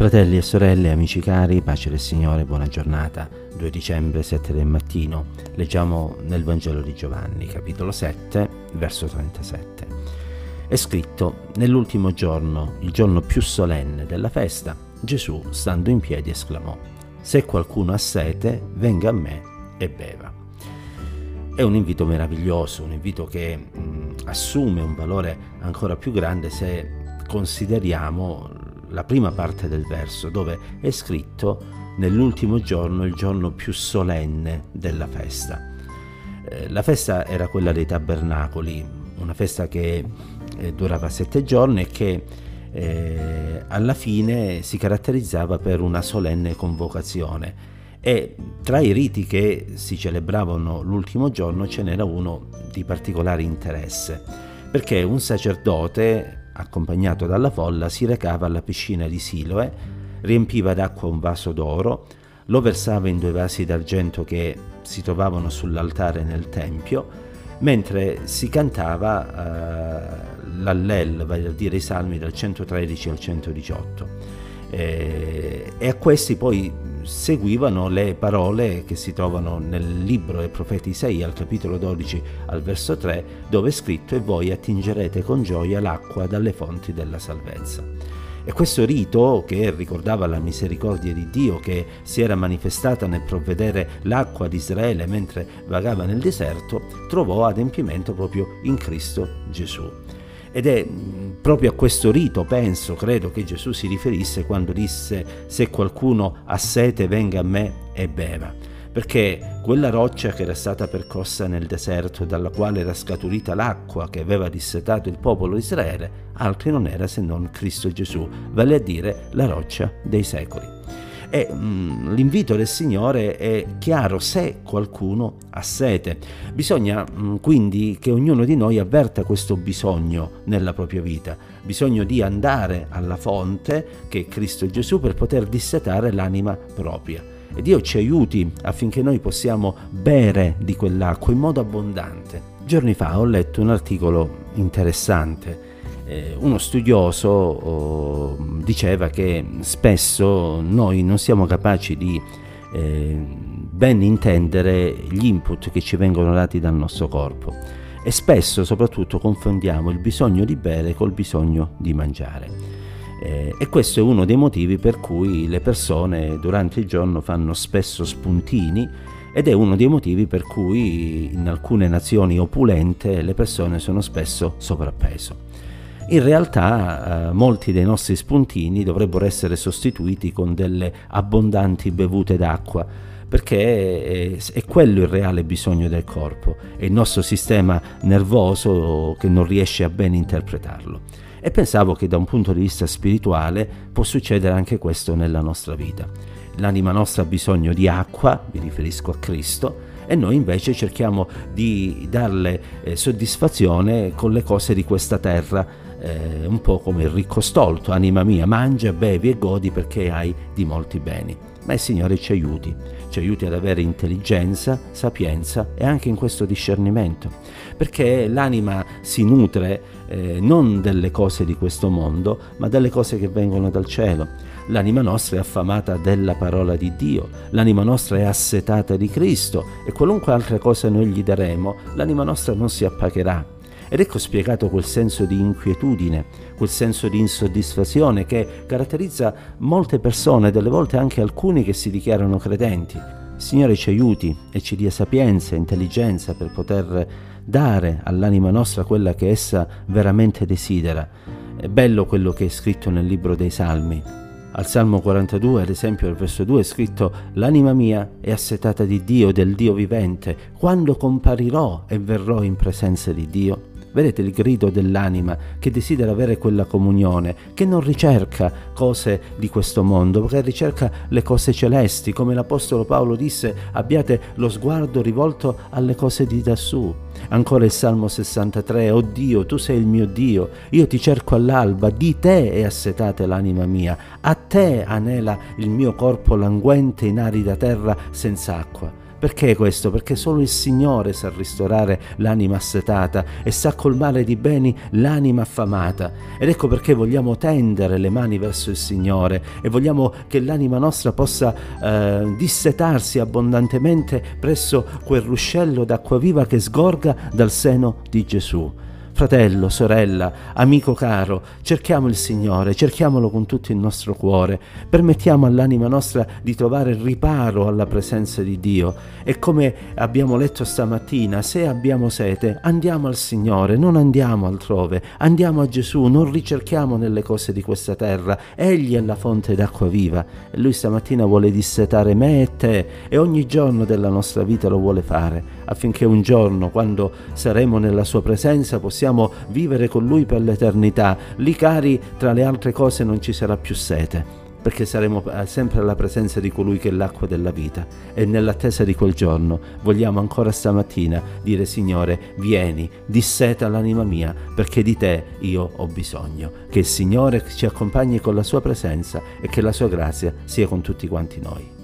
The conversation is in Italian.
Fratelli e sorelle, amici cari, pace del Signore, buona giornata. 2 dicembre, 7 del mattino. Leggiamo nel Vangelo di Giovanni, capitolo 7, verso 37. È scritto: nell'ultimo giorno, il giorno più solenne della festa, Gesù, stando in piedi, esclamò: se qualcuno ha sete, venga a me e beva. È un invito meraviglioso, un invito che assume un valore ancora più grande se consideriamo la prima parte del verso, dove è scritto nell'ultimo giorno, il giorno più solenne della festa. La festa era quella dei tabernacoli, una festa che durava 7 giorni e che alla fine si caratterizzava per una solenne convocazione. E tra i riti che si celebravano l'ultimo giorno ce n'era uno di particolare interesse, perché un sacerdote, accompagnato dalla folla, si recava alla piscina di Siloe, riempiva d'acqua un vaso d'oro, lo versava in 2 vasi d'argento che si trovavano sull'altare nel tempio, mentre si cantava l'Allel, vale a dire i salmi dal 113 al 118. E a questi poi seguivano le parole che si trovano nel libro del profeta Isaia, al capitolo 12 al verso 3, dove è scritto: e voi attingerete con gioia l'acqua dalle fonti della salvezza. E questo rito, che ricordava la misericordia di Dio che si era manifestata nel provvedere l'acqua di Israele mentre vagava nel deserto, trovò adempimento proprio in Cristo Gesù. Ed è proprio a questo rito, credo che Gesù si riferisse quando disse: se qualcuno ha sete, venga a me e beva. Perché quella roccia che era stata percossa nel deserto, dalla quale era scaturita l'acqua che aveva dissetato il popolo di Israele, altri non era se non Cristo Gesù, vale a dire la roccia dei secoli. E l'invito del Signore è chiaro: se qualcuno ha sete. Bisogna quindi che ognuno di noi avverta questo bisogno nella propria vita, bisogno di andare alla fonte che è Cristo Gesù per poter dissetare l'anima propria. E Dio ci aiuti affinché noi possiamo bere di quell'acqua in modo abbondante. Giorni fa ho letto un articolo interessante. Uno studioso diceva che spesso noi non siamo capaci di ben intendere gli input che ci vengono dati dal nostro corpo, e spesso soprattutto confondiamo il bisogno di bere col bisogno di mangiare. E questo è uno dei motivi per cui le persone durante il giorno fanno spesso spuntini, ed è uno dei motivi per cui in alcune nazioni opulente le persone sono spesso sovrappeso. In realtà molti dei nostri spuntini dovrebbero essere sostituiti con delle abbondanti bevute d'acqua, perché è quello il reale bisogno del corpo, è il nostro sistema nervoso che non riesce a ben interpretarlo. E pensavo che da un punto di vista spirituale può succedere anche questo nella nostra vita. L'anima nostra ha bisogno di acqua, mi riferisco a Cristo, e noi invece cerchiamo di darle soddisfazione con le cose di questa terra, un po' come il ricco stolto: anima mia, mangia, bevi e godi perché hai di molti beni. Ma il Signore ci aiuti ad avere intelligenza, sapienza e anche in questo discernimento, perché l'anima si nutre non delle cose di questo mondo, ma delle cose che vengono dal cielo. L'anima nostra è affamata della parola di Dio, l'anima nostra è assetata di Cristo, e qualunque altra cosa noi gli daremo, l'anima nostra non si appagherà. Ed ecco spiegato quel senso di inquietudine, quel senso di insoddisfazione che caratterizza molte persone, delle volte anche alcuni che si dichiarano credenti. Il Signore ci aiuti e ci dia sapienza e intelligenza per poter dare all'anima nostra quella che essa veramente desidera. È bello quello che è scritto nel libro dei Salmi. Al Salmo 42, ad esempio, al verso 2 è scritto: l'anima mia è assetata di Dio, del Dio vivente. Quando comparirò e verrò in presenza di Dio? Vedete il grido dell'anima che desidera avere quella comunione, che non ricerca cose di questo mondo, che ricerca le cose celesti, come l'Apostolo Paolo disse: abbiate lo sguardo rivolto alle cose di lassù. Ancora il Salmo 63: o Dio, tu sei il mio Dio, io ti cerco all'alba, di te è assetata l'anima mia, a te anela il mio corpo languente in arida terra senza acqua. Perché questo? Perché solo il Signore sa ristorare l'anima assetata e sa colmare di beni l'anima affamata. Ed ecco perché vogliamo tendere le mani verso il Signore e vogliamo che l'anima nostra possa dissetarsi abbondantemente presso quel ruscello d'acqua viva che sgorga dal seno di Gesù. Fratello, sorella, amico caro, cerchiamo il Signore, cerchiamolo con tutto il nostro cuore, permettiamo all'anima nostra di trovare riparo alla presenza di Dio e come abbiamo letto stamattina, se abbiamo sete, andiamo al Signore, non andiamo altrove, andiamo a Gesù, non ricerchiamo nelle cose di questa terra, Egli è la fonte d'acqua viva e Lui stamattina vuole dissetare me e te e ogni giorno della nostra vita lo vuole fare, affinché un giorno, quando saremo nella Sua presenza, possiamo vivere con Lui per l'eternità. Lì, cari, tra le altre cose non ci sarà più sete, perché saremo sempre alla presenza di colui che è l'acqua della vita. E nell'attesa di quel giorno vogliamo ancora stamattina dire: Signore, vieni, disseta l'anima mia, perché di te io ho bisogno. Che il Signore ci accompagni con la Sua presenza e che la Sua grazia sia con tutti quanti noi.